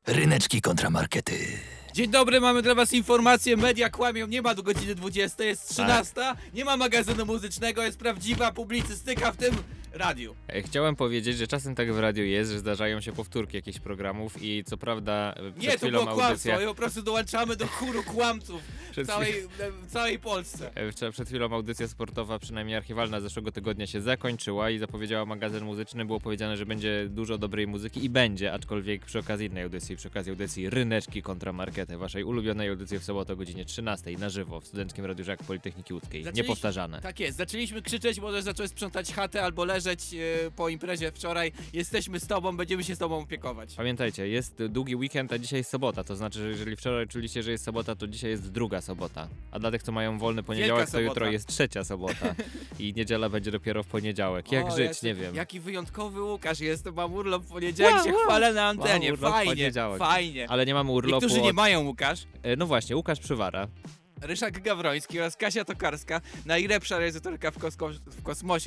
Ryneczki kontramarkety. Dzień dobry, mamy dla was informację, media kłamią, nie ma do godziny 20, jest 13, nie ma magazynu muzycznego, jest prawdziwa publicystyka w tym radiu. Chciałem powiedzieć, że czasem tak w radiu jest, że zdarzają się powtórki jakichś programów i co prawda Nie, przed to chwilą było kłamstwo, audycja... i po prostu dołączamy do chóru kłamców w Przed całej Polsce. Przed chwilą audycja sportowa, przynajmniej archiwalna zeszłego tygodnia się zakończyła i zapowiedziała magazyn muzyczny. Było powiedziane, że będzie dużo dobrej muzyki i będzie, aczkolwiek przy okazji innej audycji, przy okazji audycji Ryneczki kontramarkety, waszej ulubionej audycji w sobotę o godzinie 13 na żywo w Studenckim Radiu Żak Politechniki Łódzkiej. Niepowtarzane. Tak jest, zaczęliśmy krzyczeć, może zacząłeś sprzątać chatę albo leżeć po imprezie wczoraj. Jesteśmy z tobą, będziemy się z tobą opiekować. Pamiętajcie, jest długi weekend, a dzisiaj jest sobota, to znaczy, że jeżeli wczoraj czuliście, że jest sobota, to dzisiaj jest druga sobota. A dla tych, co mają wolny poniedziałek, to jutro jest trzecia sobota. I niedziela będzie dopiero w poniedziałek. Jak żyć, nie wiem. Jaki wyjątkowy Łukasz jest, mam urlop w poniedziałek, się chwalę na antenie. Urlop w Fajnie, poniedziałek. fajnie. Ale nie mamy urlopu. Niektórzy nie mają, Łukasz. No właśnie, Łukasz Przywara. Ryszard Gawroński oraz Kasia Tokarska, najlepsza realizatorka w kosmosie.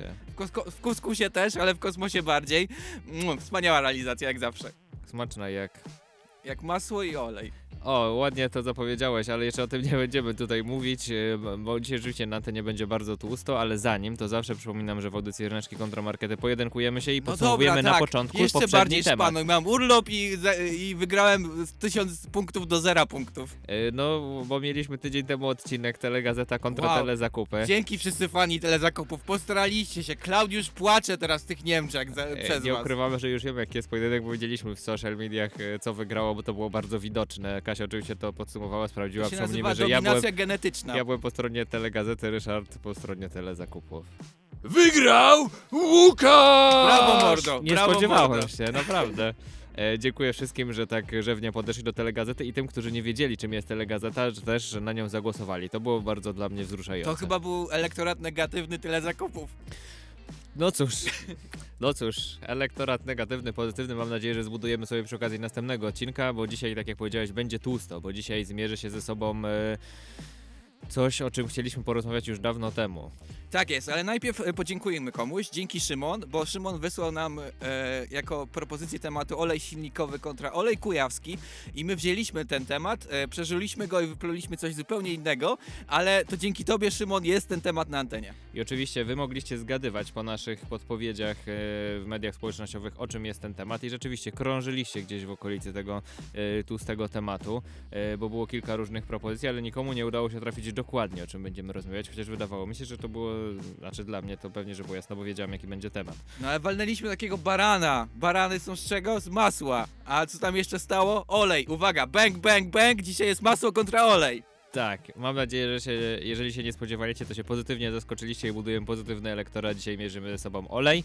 W kuskusie też, ale w kosmosie bardziej. Wspaniała realizacja, jak zawsze. Smaczna Jak masło i olej. O, ładnie to zapowiedziałeś, ale jeszcze o tym nie będziemy tutaj mówić, bo dzisiaj rzeczywiście na antenie będzie bardzo tłusto, ale zanim, to zawsze przypominam, że w audycji Ryneczki kontramarkety pojedynkujemy się i podsumowujemy dobra, na tak. początku jeszcze poprzedni bardziej temat. szpanuj. Mam urlop i wygrałem z 1000 punktów do 0 punktów. No, bo mieliśmy tydzień temu odcinek Telegazeta kontra Wow. Telezakupy. Dzięki wszyscy fani telezakupów, postaraliście się. Klaudiusz płacze teraz w tych Niemczech przez Nie was. ukrywamy, że już wiemy, jaki jest pojedynek, bo widzieliśmy w social mediach, co wygrało, bo to było bardzo widoczne. Kasia oczywiście to podsumowała, sprawdziła, To się nazywa przypomnijmy, że dominacja genetyczna. ja byłem po stronie Telegazety, Ryszard po stronie Telezakupów. Wygrał Łukasz! Brawo, mordo! Nie brawo, spodziewałem mordo. się, naprawdę. Dziękuję wszystkim, że tak rzewnie podeszli do Telegazety i tym, którzy nie wiedzieli, czym jest Telegazeta, że też na nią zagłosowali. To było bardzo dla mnie wzruszające. To chyba był elektorat negatywny telezakupów. No cóż, elektorat negatywny, pozytywny, mam nadzieję, że zbudujemy sobie przy okazji następnego odcinka, bo dzisiaj, tak jak powiedziałeś, będzie tłusto, bo dzisiaj zmierzy się ze sobą coś, o czym chcieliśmy porozmawiać już dawno temu. Tak jest, ale najpierw podziękujemy komuś. Dzięki Szymon, bo Szymon wysłał nam jako propozycję tematu olej silnikowy kontra olej kujawski i my wzięliśmy ten temat, przeżyliśmy go i wypluliśmy coś zupełnie innego, ale to dzięki tobie, Szymon, jest ten temat na antenie. I oczywiście wy mogliście zgadywać po naszych podpowiedziach w mediach społecznościowych, o czym jest ten temat i rzeczywiście krążyliście gdzieś w okolicy tego tłustego tematu, bo było kilka różnych propozycji, ale nikomu nie udało się trafić dokładnie, o czym będziemy rozmawiać, chociaż wydawało mi się, że to było, znaczy dla mnie to pewnie, że było jasno, bo wiedziałem, jaki będzie temat. No ale walnęliśmy takiego barana. Barany są z czego? Z masła. A co tam jeszcze stało? Olej. Uwaga, bang, bang, bang. Dzisiaj jest masło kontra olej. Tak, mam nadzieję, że jeżeli się nie spodziewaliście, to się pozytywnie zaskoczyliście i budujemy pozytywny elektorat. Dzisiaj mierzymy ze sobą olej.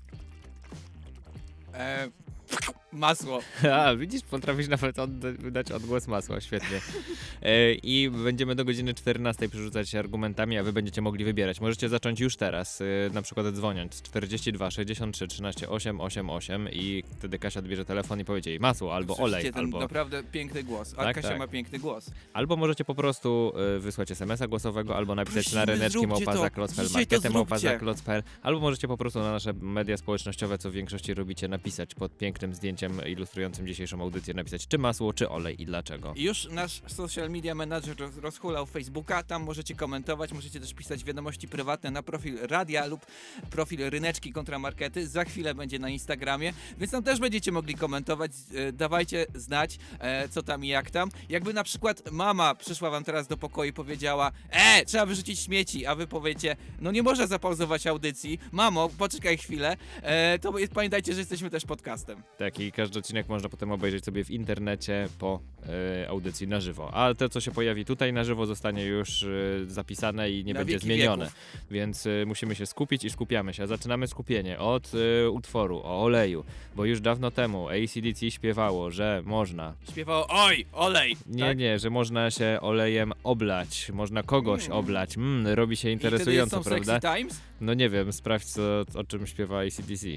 Masło. A, widzisz, potrafisz nawet dać odgłos masła, świetnie. I będziemy do godziny 14 przerzucać się argumentami, a wy będziecie mogli wybierać. Możecie zacząć już teraz, na przykład dzwoniąc 42 63 13 888 i wtedy Kasia odbierze telefon i powiedzie jej masło albo Słyszycie olej, ten albo... naprawdę piękny głos. A Tak, Kasia tak. ma piękny głos. Albo możecie po prostu wysłać SMS-a głosowego, albo napisać na Prosimy, ryneczki zróbcie to. małpa.klocpl, Dzisiaj to markety zróbcie. małpa.klocpl, albo możecie po prostu na nasze media społecznościowe, co w większości robicie, napisać pod pięknym zdjęciem ilustrującym dzisiejszą audycję, napisać czy masło, czy olej i dlaczego. I już nasz social media manager rozhulał Facebooka, tam możecie komentować, możecie też pisać wiadomości prywatne na profil radia lub profil Ryneczki kontramarkety. Za chwilę będzie na Instagramie, więc tam też będziecie mogli komentować. Dawajcie znać, co tam i jak tam. Jakby na przykład mama przyszła wam teraz do pokoju i powiedziała: trzeba wyrzucić śmieci, a wy powiecie: no nie można zapauzować audycji, mamo, poczekaj chwilę, to pamiętajcie, że jesteśmy też podcastem. Tak, i każdy odcinek można potem obejrzeć sobie w internecie po audycji na żywo. A to, co się pojawi tutaj na żywo, zostanie już zapisane i nie Na będzie wieki zmienione. wieków. Więc musimy się skupić i skupiamy się. Zaczynamy skupienie od utworu o oleju, bo już dawno temu AC/DC śpiewało, że można... Śpiewało: oj, olej! Nie, że można się olejem oblać, można kogoś oblać. Robi się I wtedy interesująco, są prawda? Sexy Times? No nie wiem, sprawdź o czym śpiewa AC/DC.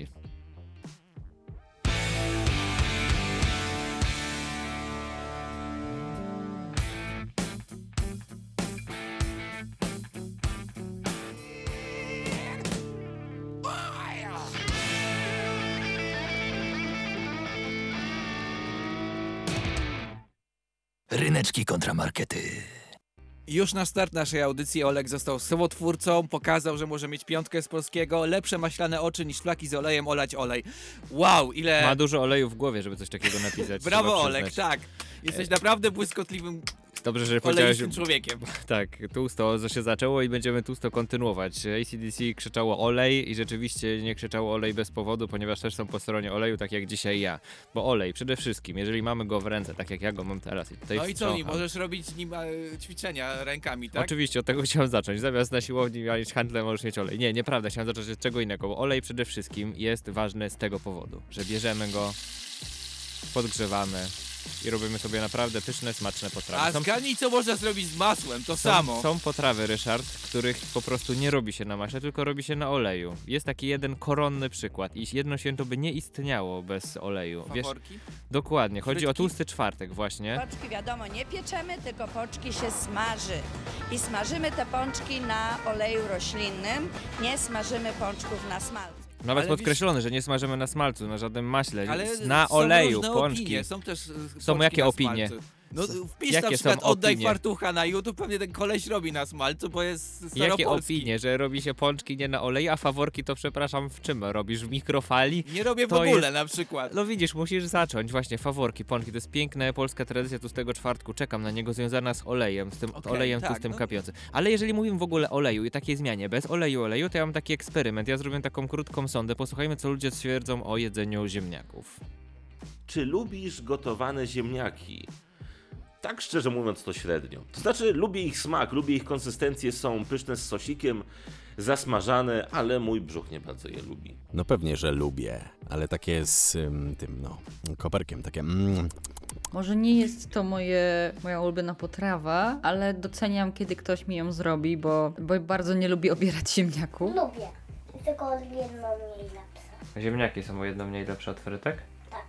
Ryneczki kontramarkety. Już na start naszej audycji Oleg został słowotwórcą, pokazał, że może mieć piątkę z polskiego, lepsze maślane oczy niż flaki z olejem olać olej. Wow, ile... Ma dużo oleju w głowie, żeby coś takiego napisać. Brawo trzeba Oleg, przyznać. tak. Jesteś naprawdę błyskotliwym, Dobrze, że powiedziałeś. olejistym człowiekiem. Tak, tłusto się zaczęło i będziemy tłusto kontynuować. AC/DC krzyczało olej i rzeczywiście nie krzyczało olej bez powodu, ponieważ też są po stronie oleju, tak jak dzisiaj ja. Bo olej przede wszystkim, jeżeli mamy go w ręce, tak jak ja go mam teraz i tutaj No i co, wstrzącham. możesz robić nim ćwiczenia rękami, tak? Oczywiście, od tego chciałem zacząć. Zamiast na siłowni mieć handlę, możesz mieć olej. Nie, nieprawda, chciałem zacząć od czego innego, bo olej przede wszystkim jest ważny z tego powodu, że bierzemy go, podgrzewamy i robimy sobie naprawdę pyszne, smaczne potrawy. A zgadnij, co można zrobić z masłem, to samo. Są potrawy, Ryszard, których po prostu nie robi się na maśle, tylko robi się na oleju. Jest taki jeden koronny przykład i jedno święto by nie istniało bez oleju. Wiesz, Faworki? dokładnie, chodzi o Frytki? tłusty czwartek właśnie. Pączki wiadomo nie pieczemy, tylko pączki się smaży. I smażymy te pączki na oleju roślinnym, nie smażymy pączków na smalcu. Nawet Ale podkreślone, że nie smażymy na smalcu, na żadnym maśle, Ale na są oleju, różne pączki. Opinie. Są też Są pączki jakie na opinie? smalcu. No wpisz Jakie na przykład są oddaj opinie? fartucha na YouTube, pewnie ten koleś robi na smalcu, bo jest Jakie staropolski. opinie, że robi się pączki nie na oleju, a faworki to przepraszam w czym robisz? W mikrofali? Nie robię w To ogóle jest- na przykład. No widzisz, musisz zacząć. Właśnie faworki, pączki, to jest piękna polska tradycja tłustego czwartku. Czekam na niego, związana z olejem, z tym Okej, olejem tak, tłustym no. kapiącym. Ale jeżeli mówimy w ogóle o oleju i takiej zmianie, bez oleju, to ja mam taki eksperyment. Ja zrobię taką krótką sondę. Posłuchajmy, co ludzie twierdzą o jedzeniu ziemniaków. Czy lubisz gotowane ziemniaki? Tak szczerze mówiąc to średnio. To znaczy lubię ich smak, lubię ich konsystencję, są pyszne z sosikiem, zasmażane, ale mój brzuch nie bardzo je lubi. No pewnie, że lubię, ale takie z koperkiem, takie Może nie jest to moja ulubiona potrawa, ale doceniam, kiedy ktoś mi ją zrobi, bo bardzo nie lubię obierać ziemniaków. Lubię, tylko jedno mniej lepsze. Ziemniaki są o jedno mniej lepsze od frytek? Tak.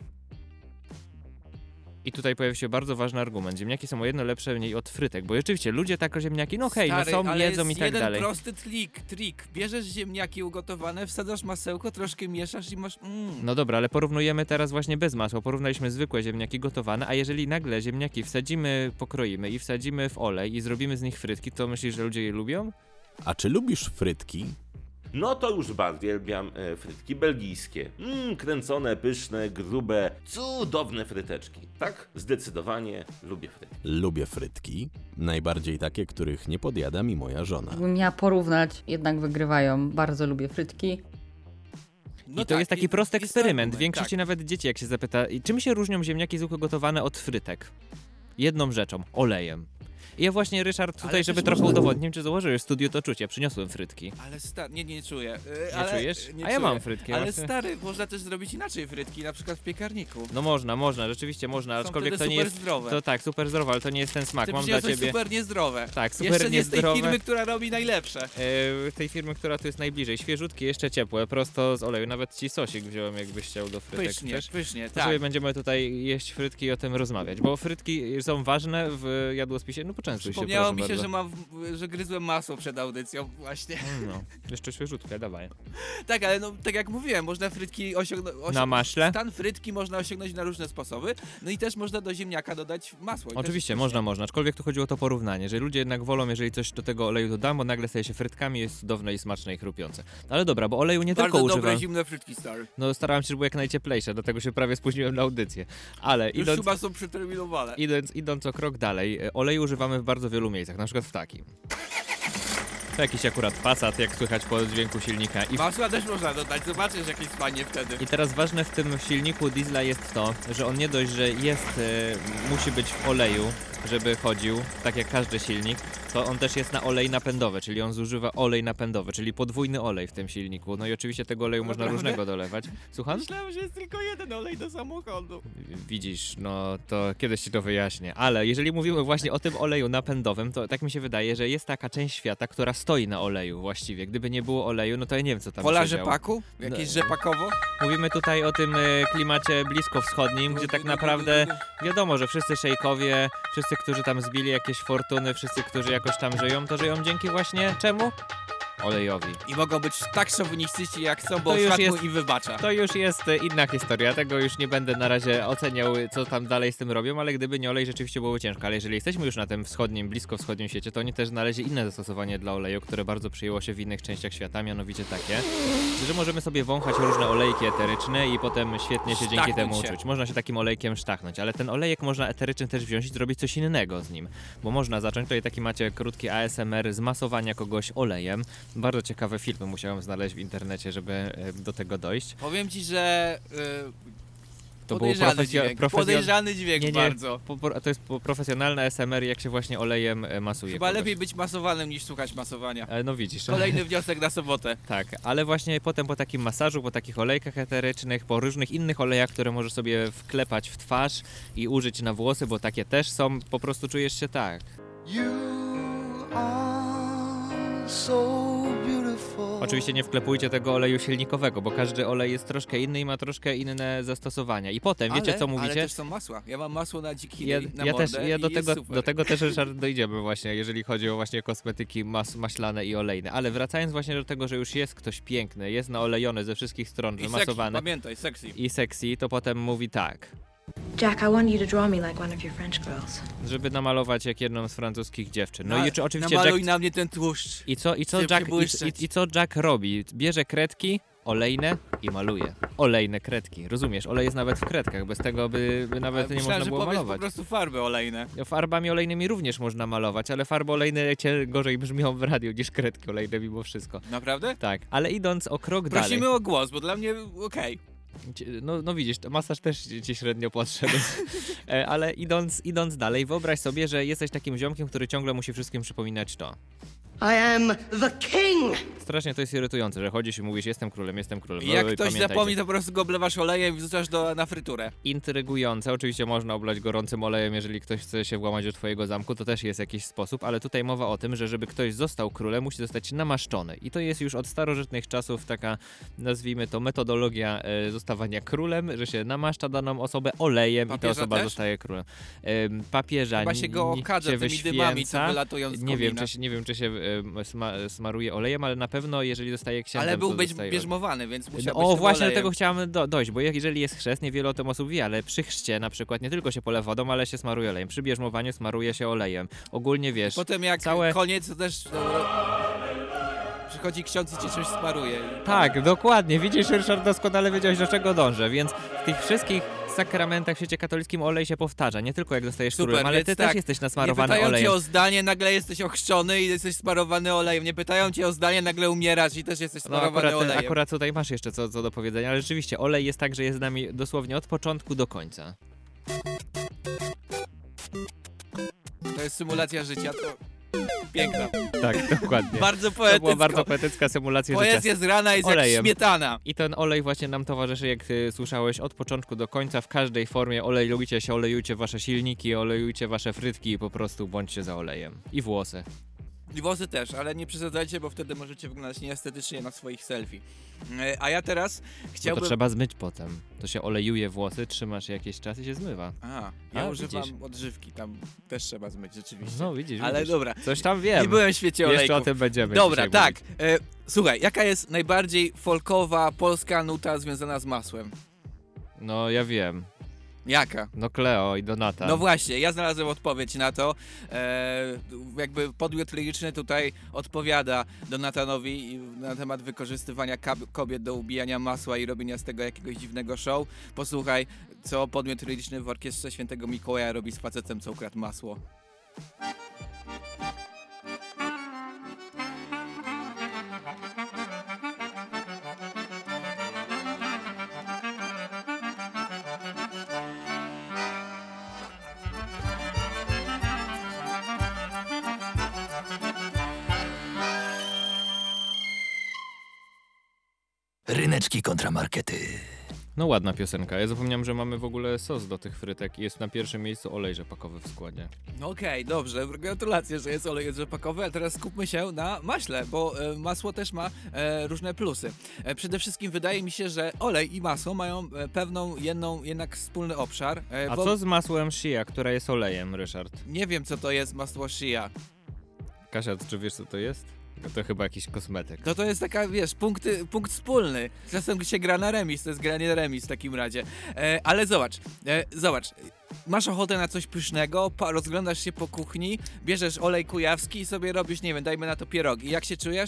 I tutaj pojawił się bardzo ważny argument. Ziemniaki są o jedno lepsze mniej od frytek, bo rzeczywiście ludzie tak o ziemniaki, no hej, no Stary, są, ale jedzą jest i tak jeden dalej. prosty trik. Bierzesz ziemniaki ugotowane, wsadzasz masełko, troszkę mieszasz i masz... No dobra, ale porównujemy teraz właśnie bez masła. Porównaliśmy zwykłe ziemniaki gotowane, a jeżeli nagle ziemniaki wsadzimy, pokroimy i wsadzimy w olej i zrobimy z nich frytki, to myślisz, że ludzie je lubią? A czy lubisz frytki? No to już bardzo uwielbiam frytki belgijskie. Kręcone, pyszne, grube, cudowne fryteczki. Tak, zdecydowanie lubię frytki. Lubię frytki, najbardziej takie, których nie podjada mi moja żona. Jakbym miała porównać, jednak wygrywają. Bardzo lubię frytki. No I to tak, jest taki prosty jest eksperyment. argument, Większości tak. nawet dzieci, jak się zapyta, i czym się różnią ziemniaki zwykłe gotowane od frytek? Jedną rzeczą, olejem. I ja właśnie, Ryszard, tutaj, Ale żeby też trochę można- udowodnić, czy założyłeś w studiu, to czuć. Ja przyniosłem frytki. Ale nie czuję. Nie czujesz? A ja mam frytki. Ale właśnie. stary, można też zrobić inaczej frytki, na przykład w piekarniku. No można, rzeczywiście można, Są aczkolwiek wtedy to nie super jest... zdrowe. To tak, super zdrowe, ale to nie jest ten smak. Ty Mam dla przyniosłeś ciebie... super niezdrowe. Tak, super Jeszcze nie z tej niezdrowe. firmy, która robi najlepsze. Tej firmy, która tu jest najbliżej. Świeżutkie, jeszcze ciepłe, prosto z oleju. Nawet ci sosik wziąłem, jakbyś chciał do frytek. Chcesz? Pysznie, To tak. sobie będziemy tutaj jeść frytki i o tym rozmawiać, bo frytki są ważne w jadłospisie. No poczęstuj się, Przypomniało proszę mi się, bardzo. że gryzłem masło przed audycją właśnie. No, jeszcze świeżutkie, dawaj. Tak, ale no, tak jak mówiłem, można frytki osiągnąć... Na maśle? Stan frytki można osiągnąć na różne sposoby, no i też można do ziemniaka dodać masło. I Oczywiście, też można, aczkolwiek tu chodziło o to porównanie, że ludzie jednak wolą, jeżeli coś do tego oleju dodam, bo nagle staje się frytkami, jest cudowne i smaczne i chrupiące. Ale dobra, bo oleju nie Bardzo tylko dobre używam. zimne frytki, stary. No starałem się, żeby były jak najcieplejsze, dlatego się prawie spóźniłem na audycję. Ale Już chyba są przeterminowane. idąc o krok dalej, oleju używamy w bardzo wielu miejscach, na przykład w takim. To jakiś akurat Passat, jak słychać po dźwięku silnika. Masła też można dodać, zobaczysz jakieś fajnie wtedy. I teraz ważne w tym silniku diesla jest to, że on nie dość, że musi być w oleju, żeby chodził, tak jak każdy silnik, to on też jest na olej napędowy, czyli on zużywa olej napędowy, czyli podwójny olej w tym silniku. No i oczywiście tego oleju można Naprawdę? różnego dolewać. Słucham? Myślałem, że jest tylko jeden olej do samochodu. Widzisz, no to kiedyś ci to wyjaśnię. Ale jeżeli mówimy właśnie o tym oleju napędowym, to tak mi się wydaje, że jest taka część świata, która stoi na oleju właściwie. Gdyby nie było oleju, no to ja nie wiem, co tam Pola się działo. rzepaku? Jakieś No. rzepakowo? Mówimy tutaj o tym klimacie bliskowschodnim, gdzie tak naprawdę wiadomo, że wszyscy szejkowie, wszyscy, którzy tam zbili jakieś fortuny, wszyscy, którzy jakoś tam żyją, to żyją dzięki właśnie czemu? olejowi. I mogą być tak szowinistyści jak są, bo To już świat mu jest- im wybacza. To już jest inna historia, tego już nie będę na razie oceniał, co tam dalej z tym robią, ale gdyby nie olej, rzeczywiście byłoby ciężko. Ale jeżeli jesteśmy już na tym blisko wschodnim świecie, to oni też znaleźli inne zastosowanie dla oleju, które bardzo przyjęło się w innych częściach świata, mianowicie takie, że możemy sobie wąchać różne olejki eteryczne i potem świetnie się dzięki Sztachnąć temu się. uczuć. Można się takim olejkiem sztachnąć, ale ten olejek można eteryczny też wziąć i zrobić coś innego z nim, bo można zacząć, tutaj taki macie krótki ASMR z masowania kogoś olejem. Bardzo ciekawe filmy musiałem znaleźć w internecie, żeby do tego dojść. Powiem ci, że To było podejrzany dźwięk bardzo. To jest profesjonalne ASMR, jak się właśnie olejem masuje. Chyba kogoś. lepiej być masowanym niż słuchać masowania. No widzisz. Kolejny wniosek na sobotę. Tak, ale właśnie potem po takim masażu, po takich olejkach eterycznych, po różnych innych olejach, które możesz sobie wklepać w twarz i użyć na włosy, bo takie też są, po prostu czujesz się tak. Oczywiście nie wklepujcie tego oleju silnikowego, bo każdy olej jest troszkę inny i ma troszkę inne zastosowania. I potem, wiecie co mówicie? Ale też są masła. Ja mam masło na dziki Ja na mordę do tego też, Ryszard, dojdziemy właśnie, jeżeli chodzi o właśnie kosmetyki maślane i olejne. Ale wracając właśnie do tego, że już jest ktoś piękny, jest naolejony ze wszystkich stron, I sexy, wymasowany pamiętaj, sexy. i sexy, to potem mówi tak, Jack, I want you to draw me like one of your French girls. żeby namalować jak jedną z francuskich dziewczyn. No i czy oczywiście namaluj Jack... na mnie ten tłuszcz. I co Chcę Jack, przebłyszczeć. i co Jack robi? Bierze kredki olejne i maluje. Olejne kredki, rozumiesz? Olej jest nawet w kredkach, bez tego by nawet nie Myślałem, można że było powiesz malować. po prostu farby olejne. Farbami olejnymi również można malować, ale farby olejne gorzej brzmią w radiu niż kredki olejne mimo wszystko. Naprawdę? Tak, ale idąc o krok dalej. Prosimy o głos, bo dla mnie okej. No widzisz, masaż też ci średnio podszedł. Ale idąc dalej, wyobraź sobie, że jesteś takim ziomkiem, który ciągle musi wszystkim przypominać to. I am the king! Strasznie to jest irytujące, że chodzisz i mówisz, jestem królem. Jak No, ktoś pamiętajcie. zapomni, to po prostu go oblewasz olejem i wrzucasz na fryturę. Intrygujące, oczywiście można oblać gorącym olejem, jeżeli ktoś chce się włamać do twojego zamku, to też jest jakiś sposób, ale tutaj mowa o tym, że żeby ktoś został królem, musi zostać namaszczony. I to jest już od starożytnych czasów taka, nazwijmy to, metodologia zostawania królem, że się namaszcza daną osobę olejem Papieża i ta osoba też? zostaje królem. Papieża Chyba się go okadza się tymi dymami, co wyświęca. wylatują z Nie wiem, komina. nie wiem, czy się smaruje olejem, ale na pewno jeżeli zostaje księdzem, Ale był to zostaje bierzmowany, więc musiał być o, tym właśnie do olejem. tego chciałem dojść, bo jeżeli jest chrzest, niewiele o tym osób wie, ale przy chrzcie na przykład nie tylko się polewa wodą, ale się smaruje olejem. Przy bierzmowaniu smaruje się olejem. Ogólnie wiesz, Potem jak całe... koniec, to też... Przychodzi ksiądz i ci coś smaruje. Tak, dokładnie. Widzisz, Ryszard, doskonale wiedziałeś, do czego dążę, więc w tych wszystkich sakramentach w świecie katolickim olej się powtarza. Nie tylko jak dostajesz Super, królem, ale więc ty tak, też jesteś Nie nasmarowany pytają olejem. cię o zdanie, nagle jesteś ochrzczony i jesteś smarowany olejem. Nie pytają cię o zdanie, nagle umierasz i też jesteś No smarowany olejem. akurat tutaj masz jeszcze co do powiedzenia, ale rzeczywiście olej jest tak, że jest z nami dosłownie od początku do końca. To jest symulacja życia, to piękna. Tak, dokładnie. Bardzo To była poetycko. bardzo poetycka symulacja życia. Poezja z rana jest Olejem. jak śmietana. I ten olej właśnie nam towarzyszy, jak słyszałeś, od początku do końca, w każdej formie. Olejujcie się, olejujcie wasze silniki, olejujcie wasze frytki i po prostu bądźcie za olejem. I włosy. I włosy też, ale nie przesadzajcie, bo wtedy możecie wyglądać nieestetycznie na swoich selfie. A ja teraz Bo chciałbym... to trzeba zmyć potem. To się olejuje włosy, trzymasz jakiś czas i się zmywa. Ja A, używam widzisz. odżywki, tam też trzeba zmyć, rzeczywiście. No widzisz, Ale widzisz. dobra, Coś tam wiem. nie byłem w świecie olejków. Jeszcze o tym będziemy Dobra, dzisiaj tak. mówić. Słuchaj, jaka jest najbardziej folkowa polska nuta związana z masłem? No ja wiem. Jaka? No Kleo i Donata. No właśnie, ja znalazłem odpowiedź na to. Jakby podmiot liryczny tutaj odpowiada Donatanowi na temat wykorzystywania kobiet do ubijania masła i robienia z tego jakiegoś dziwnego show. Posłuchaj, co podmiot liryczny w Orkiestrze Świętego Mikołaja robi z facetem, co ukradł masło. Ryneczki kontramarkety. No ładna piosenka. Ja zapomniałem, że mamy w ogóle sos do tych frytek i jest na pierwszym miejscu olej rzepakowy w składzie. No okej, dobrze, gratulacje, że jest olej rzepakowy, a teraz skupmy się na maśle, bo masło też ma różne plusy. Przede wszystkim wydaje mi się, że olej i masło mają pewną jednak wspólny obszar. A co z masłem shea, które jest olejem, Ryszard? Nie wiem, co to jest masło shea. Kasia, czy wiesz, co to jest? No to chyba jakiś kosmetyk. To jest taka, wiesz, punkt wspólny. Czasem się gra na remis, to jest granie na remis w takim razie. Ale zobacz. Masz ochotę na coś pysznego, rozglądasz się po kuchni, bierzesz olej kujawski i sobie robisz, nie wiem, dajmy na to pierogi. Jak się czujesz?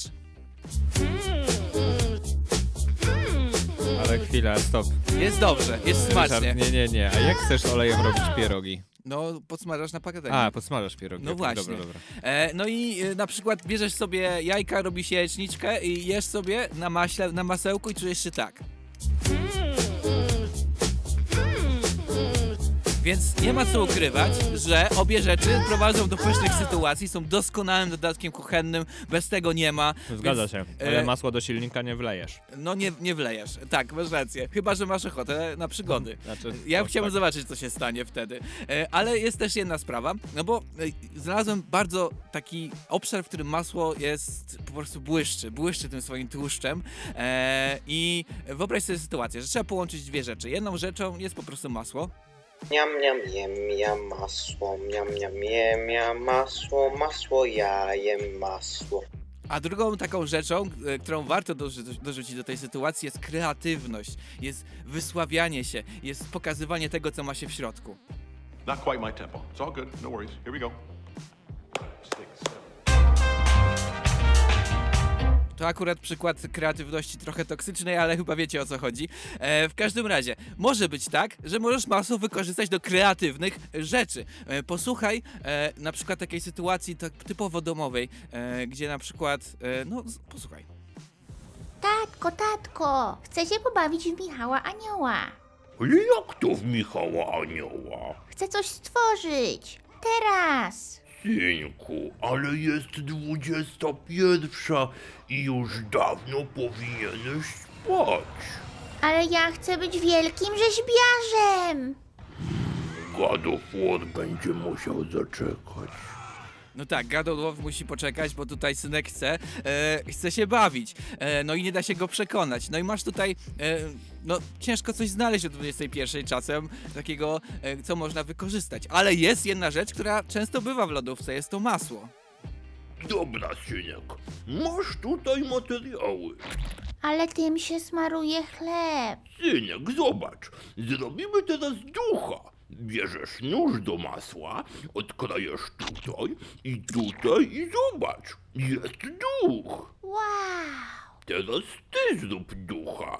Ale chwila, stop. Jest dobrze, jest smacznie. Ryszard, nie. A jak chcesz olejem robić pierogi? No, podsmażasz na patelni. A, podsmażasz pierogi. No właśnie. Dobra. No i na przykład bierzesz sobie jajka, robisz jajeczniczkę i jesz sobie na maśle, na masełku i czujesz się tak. Więc nie ma co ukrywać, że obie rzeczy prowadzą do pysznych sytuacji, są doskonałym dodatkiem kuchennym, bez tego nie ma. Zgadza się, ale masło do silnika nie wlejesz. No nie wlejesz, tak, masz rację. Chyba że masz ochotę na przygody. Znaczy, Ja chciałbym zobaczyć, co się stanie wtedy. Ale jest też jedna sprawa, no bo znalazłem bardzo taki obszar, w którym masło jest po prostu błyszczy tym swoim tłuszczem. I wyobraź sobie sytuację, że trzeba połączyć dwie rzeczy. Jedną rzeczą jest po prostu masło. Miam, miam, jem masło, miam, miam, jem masło, ja jem masło. A drugą taką rzeczą, którą warto dorzucić do tej sytuacji, jest kreatywność, jest wysławianie się, jest pokazywanie tego, co ma się w środku. Not quite my tempo. It's all good. No worries. Here we go. To akurat przykład kreatywności trochę toksycznej, ale chyba wiecie, o co chodzi. W każdym razie, może być tak, że możesz masło wykorzystać do kreatywnych rzeczy. Posłuchaj na przykład takiej sytuacji tak typowo domowej, gdzie na przykład, posłuchaj. Tatko, chcę się pobawić w Michała Anioła. Ale jak to w Michała Anioła? Chcę coś stworzyć. Teraz. Synku, ale jest 21 i już dawno powinieneś spać. Ale ja chcę być wielkim rzeźbiarzem. God of War będzie musiał zaczekać. No tak, God of War musi poczekać, bo tutaj synek chce się bawić. No i nie da się go przekonać. No i masz tutaj, ciężko coś znaleźć o 21 czasem, takiego, co można wykorzystać. Ale jest jedna rzecz, która często bywa w lodówce, jest to masło. Dobra, synek, masz tutaj materiały. Ale tym się smaruje chleb. Synek, zobacz, zrobimy teraz ducha. Bierzesz nóż do masła, odkrajesz tutaj i zobacz, jest duch. Wow. Teraz ty zrób ducha.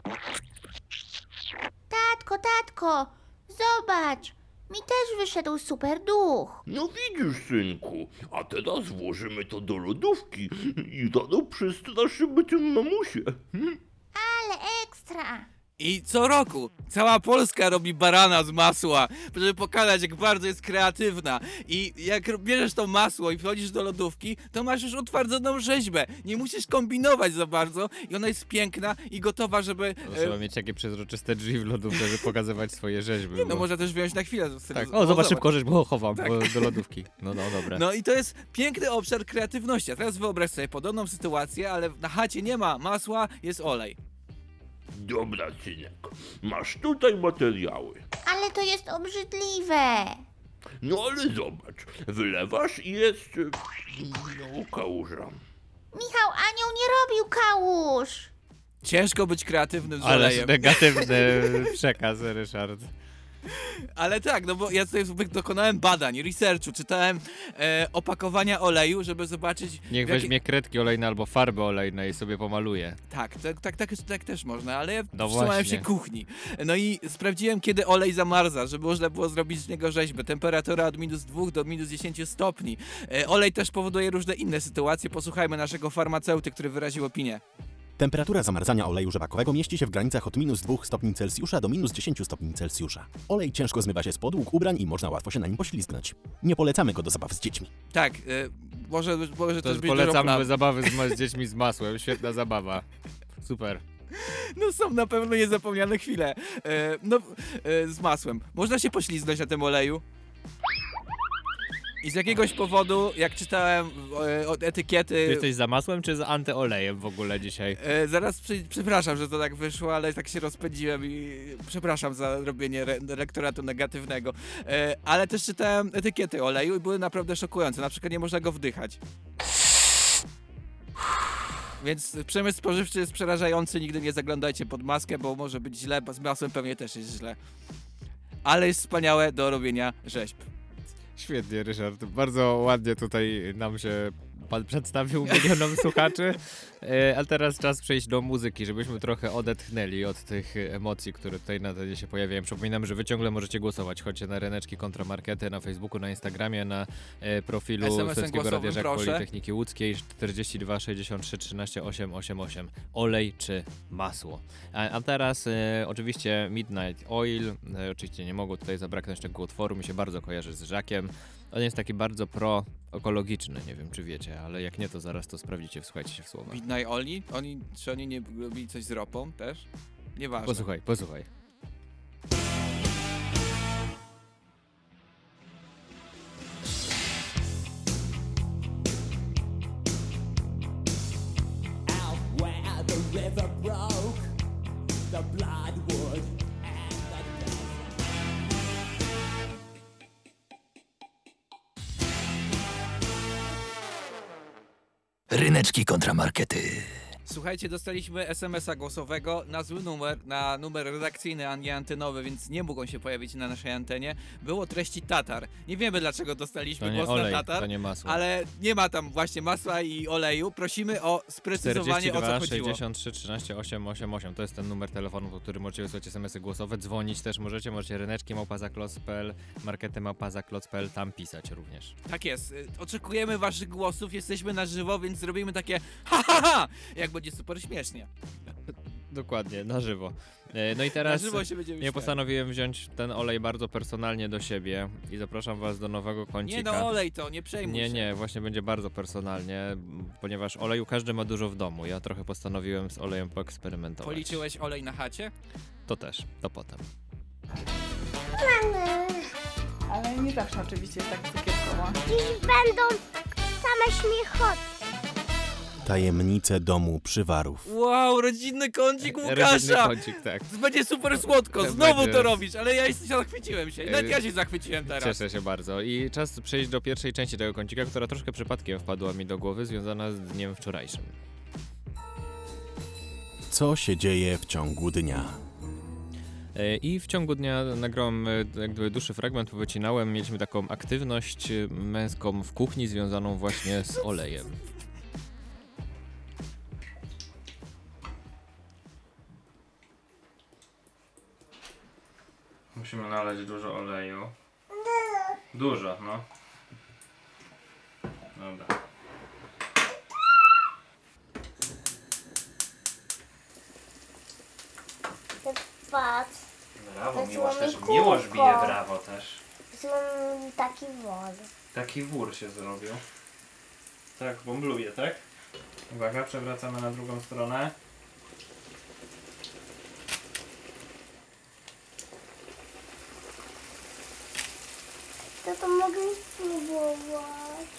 Tatko, zobacz, mi też wyszedł super duch. No widzisz, synku, a teraz włożymy to do lodówki i rano przestraszymy tym mamusie. Ale ekstra. I co roku cała Polska robi barana z masła, żeby pokazać, jak bardzo jest kreatywna. I jak bierzesz to masło i wchodzisz do lodówki, to masz już utwardzoną rzeźbę. Nie musisz kombinować za bardzo i ona jest piękna i gotowa, żeby... Trzeba mieć takie przezroczyste drzwi w lodówce, żeby pokazywać swoje rzeźby. No można też wyjąć na chwilę. Tak. Zobacz szybko rzeźb, bo chowam do lodówki. No dobra. No i to jest piękny obszar kreatywności. A teraz wyobraź sobie podobną sytuację, ale na chacie nie ma masła, jest olej. Dobra, synek, masz tutaj materiały. Ale to jest obrzydliwe. No ale zobacz, wylewasz i jest... kałuża. Michał Anioł nie robił kałuż. Ciężko być kreatywnym z Ależ olejem. negatywny przekaz, Ryszard. Ale tak, no bo ja tutaj dokonałem badań, researchu, czytałem opakowania oleju, żeby zobaczyć... Niech weźmie kredki olejne albo farby olejne i sobie pomaluje. Tak też można, ale ja No wstrzymałem właśnie. się kuchni. No i sprawdziłem, kiedy olej zamarza, żeby można było zrobić z niego rzeźbę. Temperatura od -2 do -10 stopni. Olej też powoduje różne inne sytuacje. Posłuchajmy naszego farmaceuty, który wyraził opinię. Temperatura zamarzania oleju rzepakowego mieści się w granicach od -2 stopni Celsjusza do -10 stopni Celsjusza. Olej ciężko zmywa się z podłóg ubrań i można łatwo się na nim poślizgnąć. Nie polecamy go do zabaw z dziećmi. Tak, może To też być polecam zabawy z dziećmi z masłem. Świetna zabawa. Super. No są na pewno niezapomniane chwile. Z masłem. Można się poślizgnąć na tym oleju. I z jakiegoś powodu, jak czytałem od etykiety... Ty jesteś za masłem czy za antyolejem w ogóle dzisiaj? Zaraz przepraszam, że to tak wyszło, ale tak się rozpędziłem i przepraszam za robienie lektoratu negatywnego. Ale też czytałem etykiety oleju i były naprawdę szokujące. Na przykład nie można go wdychać. Więc przemysł spożywczy jest przerażający, nigdy nie zaglądajcie pod maskę, bo może być źle, bo z masłem pewnie też jest źle. Ale jest wspaniałe do robienia rzeźb. Świetnie, Ryszard. Bardzo ładnie tutaj nam się pan przedstawił milionom słuchaczy. A teraz czas przejść do muzyki, żebyśmy trochę odetchnęli od tych emocji, które tutaj na tle się pojawiają. Przypominam, że wy ciągle możecie głosować. Chodźcie na Ryneczki kontra Markety, na Facebooku, na Instagramie, na profilu Słupskiego Radia Żak Politechniki Łódzkiej 42 63 13 888. Olej czy masło? A teraz oczywiście Midnight Oil. Oczywiście nie mogło tutaj zabraknąć tego utworu. Mi się bardzo kojarzy z Żakiem. On jest taki bardzo pro-ekologiczny, nie wiem czy wiecie, ale jak nie, to zaraz to sprawdzicie, wsłuchajcie się w słowa. Midnight Oil? Czy oni nie robili coś z ropą też? Nieważne. Posłuchaj. Out where the river broke, the bloodwood and the death. Ryneczki kontra markety. Słuchajcie, dostaliśmy SMS-a głosowego na zły numer, na numer redakcyjny, a nie antenowy, więc nie mógł on się pojawić na naszej antenie. Było treści tatar. Nie wiemy, dlaczego dostaliśmy głos olej, na tatar, to nie masło. ale nie ma tam właśnie masła i oleju. Prosimy o sprecyzowanie, 42, o co chodziło. 63 13 888 to jest ten numer telefonu, po którym możecie wysłać SMS-y głosowe, dzwonić też możecie ryneczki@zakloc.pl, markety@zakloc.pl, tam pisać również. Tak jest. Oczekujemy waszych głosów, jesteśmy na żywo, więc zrobimy takie ha ha ha, jak będzie super śmiesznie. Dokładnie, na żywo. No i teraz Na żywo się będziemy ja śmiać. postanowiłem wziąć ten olej bardzo personalnie do siebie i zapraszam was do nowego kącika. Nie no, olej to, nie przejmuj się. Nie, właśnie będzie bardzo personalnie, ponieważ oleju każdy ma dużo w domu. Ja trochę postanowiłem z olejem poeksperymentować. Policzyłeś olej na chacie? To też, to potem. Ale nie zawsze oczywiście jest tak cukierkowo. Dziś będą same śmiechoty. Tajemnice domu przywarów. Wow, rodzinny kącik Rodzinny Łukasza! kącik, tak. To będzie super słodko, To znowu będzie- to robisz, ale ja zachwyciłem się. Nawet ja się zachwyciłem teraz. Cieszę się bardzo. I czas przejść do pierwszej części tego kącika, która troszkę przypadkiem wpadła mi do głowy, związana z dniem wczorajszym. Co się dzieje w ciągu dnia? I w ciągu dnia nagrałem jak gdyby dłuższy fragment, powycinałem. Mieliśmy taką aktywność męską w kuchni związaną właśnie z olejem. Musimy nalać dużo oleju. Dużo, no. Dobra. Patrz. Brawo, To Miłosz też. słomie Miłosz kółko. bije brawo też. Mam taki wóz. Taki wór się zrobił. Tak, bombluje, tak? Uwaga, przewracamy na drugą stronę. To mogę spróbować.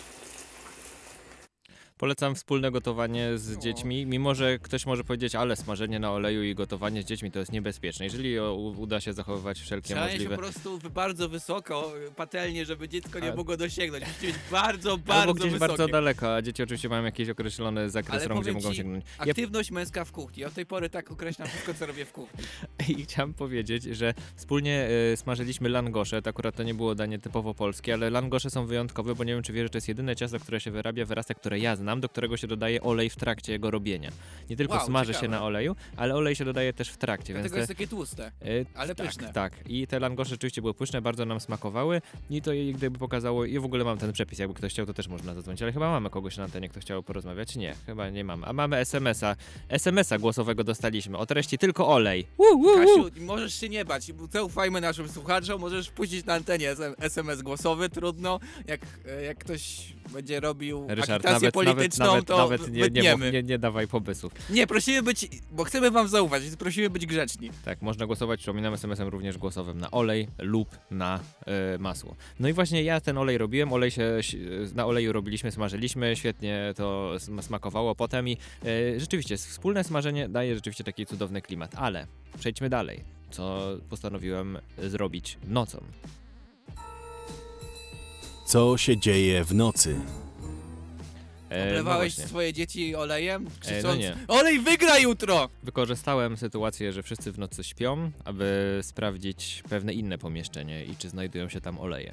Polecam wspólne gotowanie z dziećmi, mimo że ktoś może powiedzieć, ale smażenie na oleju i gotowanie z dziećmi to jest niebezpieczne. Jeżeli uda się zachowywać wszelkie Trzeba możliwe... się po prostu bardzo wysoko, patelnie, żeby dziecko nie mogło dosięgnąć. Musi być bardzo, Albo bardzo gdzieś wysokie. bardzo daleko, a dzieci oczywiście mają jakiś określony zakres Ale rąk, gdzie powiem mogą ci, sięgnąć. aktywność męska w kuchni. Od tej pory tak określam wszystko, co robię w kuchni. I chciałem powiedzieć, że wspólnie smażyliśmy langosze. To akurat to nie było danie typowo polskie, ale langosze są wyjątkowe, bo nie wiem, czy wiesz, że to jest jedyne ciasto, które się wyrabia w rasach, które ja znam, do którego się dodaje olej w trakcie jego robienia. Nie tylko Wow, smaży ciekawe. się na oleju, ale olej się dodaje też w trakcie. Dlatego więc jest takie tłuste, ale tak, pyszne. Tak, i te langosze rzeczywiście były pyszne, bardzo nam smakowały i to jej gdyby pokazało, i w ogóle mam ten przepis, jakby ktoś chciał, to też można zadzwonić, ale chyba mamy kogoś na antenie, kto chciał porozmawiać. Nie, chyba nie mamy. A mamy SMS-a głosowego dostaliśmy, o treści tylko olej. Kasiu, możesz się nie bać, zaufajmy naszym słuchaczom, możesz puścić na antenie SMS głosowy, trudno, jak ktoś będzie robił Ryszard, agitację polityczną, to nawet wytniemy. nie dawaj pomysłów. Nie, prosimy być, bo chcemy wam zaufać, więc prosimy być grzeczni. Tak, można głosować, przypominam, SMS-em również głosowym na olej lub na masło. No i właśnie ja ten olej robiłem, na oleju robiliśmy, smażyliśmy, świetnie to smakowało potem i rzeczywiście wspólne smażenie daje rzeczywiście taki cudowny klimat, ale przejdźmy dalej, co postanowiłem zrobić nocą. Co się dzieje w nocy? Oblewałeś właśnie. swoje dzieci olejem? Krzycząc, No nie. olej wygra jutro! Wykorzystałem sytuację, że wszyscy w nocy śpią, aby sprawdzić pewne inne pomieszczenie i czy znajdują się tam oleje.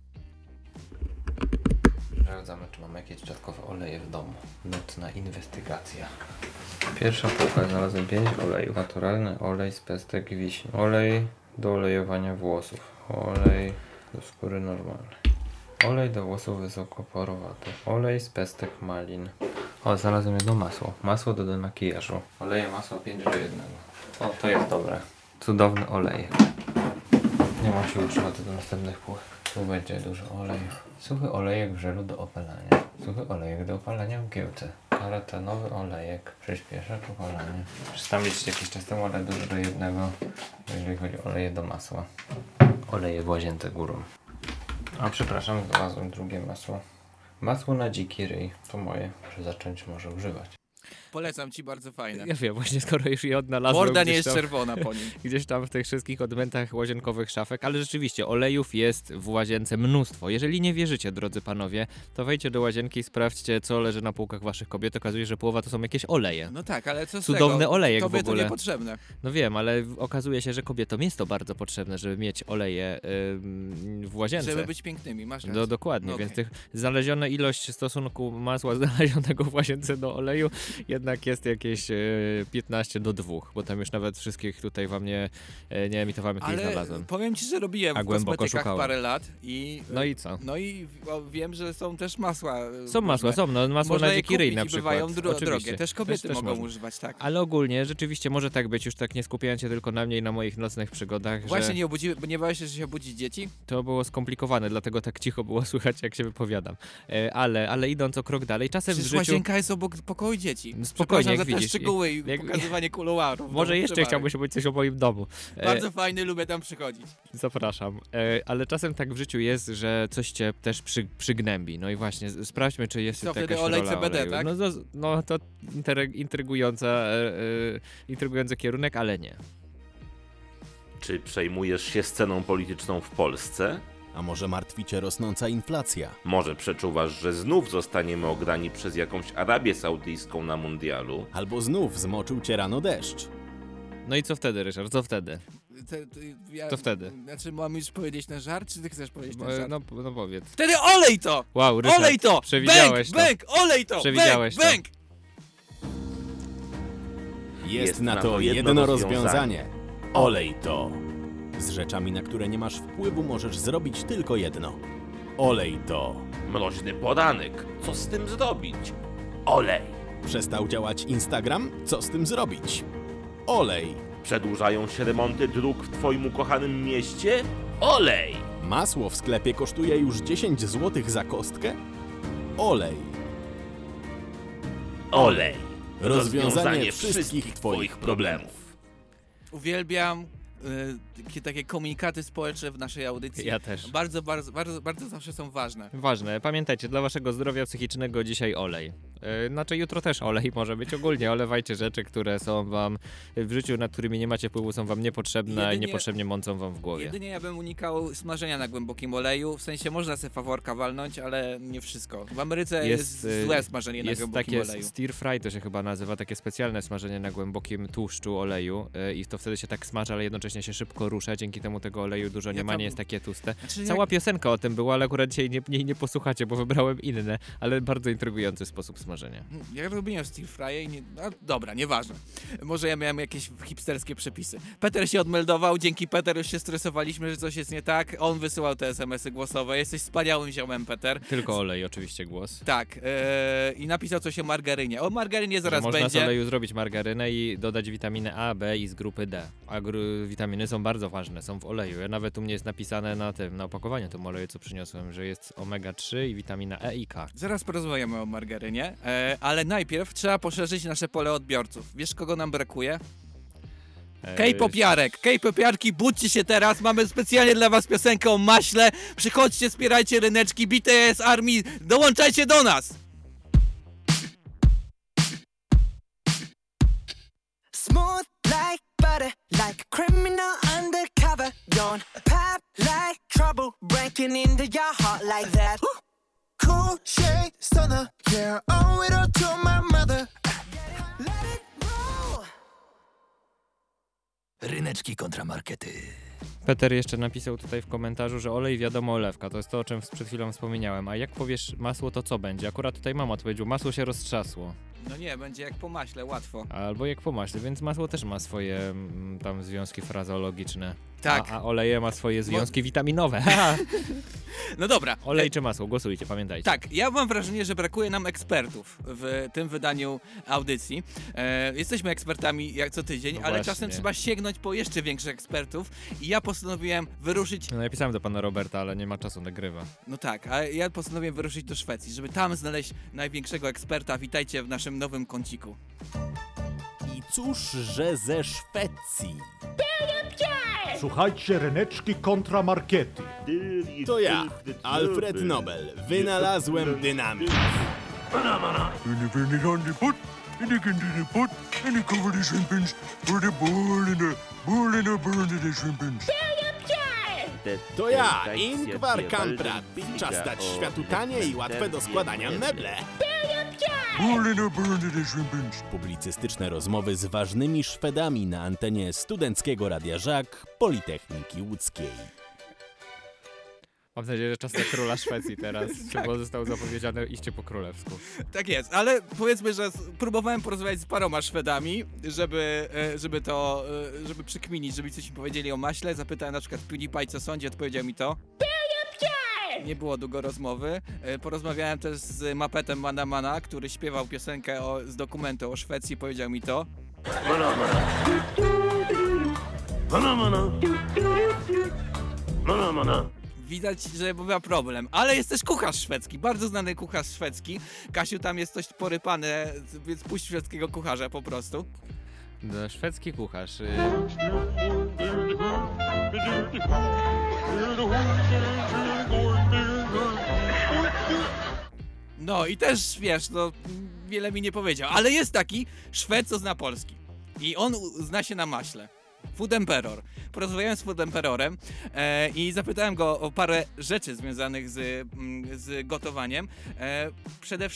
Sprawdzamy, czy mamy jakieś dodatkowe oleje w domu. Nocna inwestygacja. Pierwsza półka, znalazłem 5 olejów. Naturalny olej z pestek wiśni. Olej do olejowania włosów. Olej do skóry normalnej. Olej do włosów wysokoporowaty. Olej z pestek malin. O, znalazłem jedno masło. Masło do demakijażu. Oleje masło 5 do 1. O, to jest dobre. Cudowny olej. Nie mam się utrzymać do następnych pół. Tu będzie dużo oleju. Suchy olejek w żelu do opalania. Suchy olejek do opalania w giełce. Karatanowy olejek przyspiesza opalanie. Przestałem liczyć jakiś czas temu, ale dużo do jednego, jeżeli chodzi o oleje do masła. Oleje w łazience górą. A przepraszam, znalazłem drugie masło. Masło na dziki ryj. To moje, muszę zacząć może używać. Polecam ci, bardzo fajne. Ja wiem, właśnie skoro już je odnalazłem. Morda nie gdzieś jest tam, czerwona po nim. Gdzieś tam w tych wszystkich odmętach łazienkowych szafek, ale rzeczywiście olejów jest w łazience mnóstwo. Jeżeli nie wierzycie, drodzy panowie, to wejdźcie do łazienki i sprawdźcie, co leży na półkach waszych kobiet. Okazuje się, że połowa to są jakieś oleje. No tak, ale co z Cudowny tego? olejek Tobie w ogóle. to niepotrzebne. No wiem, ale okazuje się, że kobietom jest to bardzo potrzebne, żeby mieć oleje w łazience. Żeby być pięknymi, masz rację. Dokładnie, No więc okej. tych znaleziona ilość stosunku masła znalezionego w łazience do oleju jednak jest jakieś 15 do 2, bo tam już nawet wszystkich tutaj wam nie emitowałem, jakich Ale znalazłem. powiem ci, że robiłem A w głęboko kosmetykach szukałem. parę lat i... No i co? No i wiem, że są też masła. Są masła, różne. są, no masło Można na je dziki ryj kupić na i przykład. bywają Oczywiście. drogie. Też kobiety mogą można. używać, tak. Ale ogólnie rzeczywiście może tak być, już tak nie skupiając się tylko na mnie i na moich nocnych przygodach, Właśnie że nie bałeś się, że się obudzi dzieci? to było skomplikowane, dlatego tak cicho było słychać, jak się wypowiadam. Ale idąc o krok dalej, czasem Przecież w życiu... łazienka jest obok pokoju dzieci. No spokojnie, Przepraszam jak za te widzisz. szczegóły i Jak- pokazywanie kuluarów. Może No, jeszcze przepraszam. chciałbyś powiedzieć coś o moim domu. Bardzo fajny, lubię tam przychodzić. Zapraszam. Ale czasem tak w życiu jest, że coś cię też przygnębi. No i właśnie, sprawdźmy, czy jest Co, jakaś wtedy olej rola CBD, oleju. tak? No to intrygujący kierunek, ale nie. Czy przejmujesz się sceną polityczną w Polsce? A może martwi cię rosnąca inflacja? Może przeczuwasz, że znów zostaniemy ograni przez jakąś Arabię Saudyjską na mundialu? Albo znów zmoczył cię rano deszcz? No i co wtedy, Ryszard? Co wtedy? Ja, To wtedy. Znaczy, mam już powiedzieć na żart, czy ty chcesz powiedzieć na żart? No powiedz. Wtedy olej to! Wow, Ryszard, Olej to! przewidziałeś Bęk, olej to! Przewidziałeś to. Bęk! Jest na to jedno rozwiązanie. Olej to. Z rzeczami, na które nie masz wpływu, możesz zrobić tylko jedno. Olej to. Mroźny poranek. Co z tym zrobić? Olej. Przestał działać Instagram? Co z tym zrobić? Olej. Przedłużają się remonty dróg w twoim ukochanym mieście? Olej. Masło w sklepie kosztuje już 10 zł za kostkę? Olej. Olej. Rozwiązanie wszystkich twoich problemów. Uwielbiam takie komunikaty społeczne w naszej audycji. Ja też. Bardzo zawsze są ważne. Ważne. Pamiętajcie, dla waszego zdrowia psychicznego dzisiaj olej. Znaczy jutro też olej może być. Ogólnie olewajcie rzeczy, które są wam w życiu, nad którymi nie macie wpływu, są wam niepotrzebne i niepotrzebnie mącą wam w głowie. Jedynie ja bym unikał smażenia na głębokim oleju. W sensie można sobie faworka walnąć, ale nie wszystko. W Ameryce jest złe smażenie na głębokim oleju. Jest takie stir fry, to się chyba nazywa, takie specjalne smażenie na głębokim tłuszczu oleju i to wtedy się tak smaży, ale jednocześnie się szybko rusza, dzięki temu tego oleju dużo nie ma, nie jest takie tłuste. Znaczy, Cała piosenka o tym była, ale akurat dzisiaj nie posłuchacie, bo wybrałem inne, ale bardzo intrygujący sposób smażenia. Ja robiłem stir fry i dobra, nieważne. Może ja miałem jakieś hipsterskie przepisy. Peter się odmeldował, dzięki Peter już się stresowaliśmy, że coś jest nie tak. On wysyłał te SMS-y głosowe. Jesteś wspaniałym ziomem, Peter. Tylko olej, oczywiście głos. Tak. I napisał coś o margarynie. O margarynie zaraz można będzie. Można z oleju zrobić margarynę i dodać witaminę A, B i z grupy D. A witaminy są bardzo ważne, są w oleju. Nawet u mnie jest napisane na opakowaniu tym oleju, co przyniosłem, że jest omega-3 i witamina E i K. Zaraz porozmawiamy o margarynie, ale najpierw trzeba poszerzyć nasze pole odbiorców. Wiesz, kogo nam brakuje? K-popiarek, K-popiarki, budźcie się teraz, mamy specjalnie dla was piosenkę o maśle. Przychodźcie, wspierajcie ryneczki, BTS Army, dołączajcie do nas! Smooth like butter, like a criminal undercover. Don't pop like trouble, breaking into your heart like that. Cool shade stunner, yeah, owe it all to my mother. Let it roll. Ryneczki kontramarkety. Peter jeszcze napisał tutaj w komentarzu, że olej wiadomo olewka, to jest to, o czym przed chwilą wspomniałem, a jak powiesz masło, to co będzie? Akurat tutaj mam odpowiedział, masło się roztrzasło. No nie, będzie jak po maśle, łatwo. Albo jak po maśle, więc masło też ma swoje tam związki frazeologiczne. Tak. A oleje ma swoje związki witaminowe. No dobra. Olej czy masło? Głosujcie, pamiętajcie. Tak, ja mam wrażenie, że brakuje nam ekspertów w tym wydaniu audycji. Jesteśmy ekspertami jak co tydzień, No ale właśnie. czasem trzeba sięgnąć po jeszcze większych ekspertów i ja postanowiłem wyruszyć... No napisałem do pana Roberta, ale nie ma czasu, nagrywa. No tak, a ja postanowiłem wyruszyć do Szwecji, żeby tam znaleźć największego eksperta. Witajcie w naszym nowym kąciku. I cóż, że ze Szwecji. Słuchajcie, ryneczki kontramarkety. To ja, Alfred Nobel, wynalazłem dynamit. To ja, Ingvar Kamprad. Czas dać światu tanie i łatwe do składania meble. Publicystyczne rozmowy z ważnymi Szwedami na antenie studenckiego Radia Żak Politechniki Łódzkiej. Mam nadzieję, że czas na króla Szwecji teraz, bo został zapowiedziane iście po królewsku. Tak jest, ale powiedzmy, że próbowałem porozmawiać z paroma Szwedami, żeby przykminić, żeby coś mi powiedzieli o maśle. Zapytałem na przykład PewDiePie, co sądzi, odpowiedział mi to. Nie było długo rozmowy. Porozmawiałem też z Mapetem Mana, który śpiewał piosenkę z dokumentu o Szwecji, powiedział mi to. Widać, że była problem, ale jest też kucharz szwedzki, bardzo znany kucharz szwedzki. Kasiu, tam jest coś porypane, więc puść szwedzkiego kucharza po prostu. Szwedzki kucharz. No i też, wiesz, no wiele mi nie powiedział, ale jest taki Szwed, co zna polski i on zna się na maśle. Food Emperor. Porozmawiałem z Food Emperorem i zapytałem go o parę rzeczy związanych z gotowaniem. Przede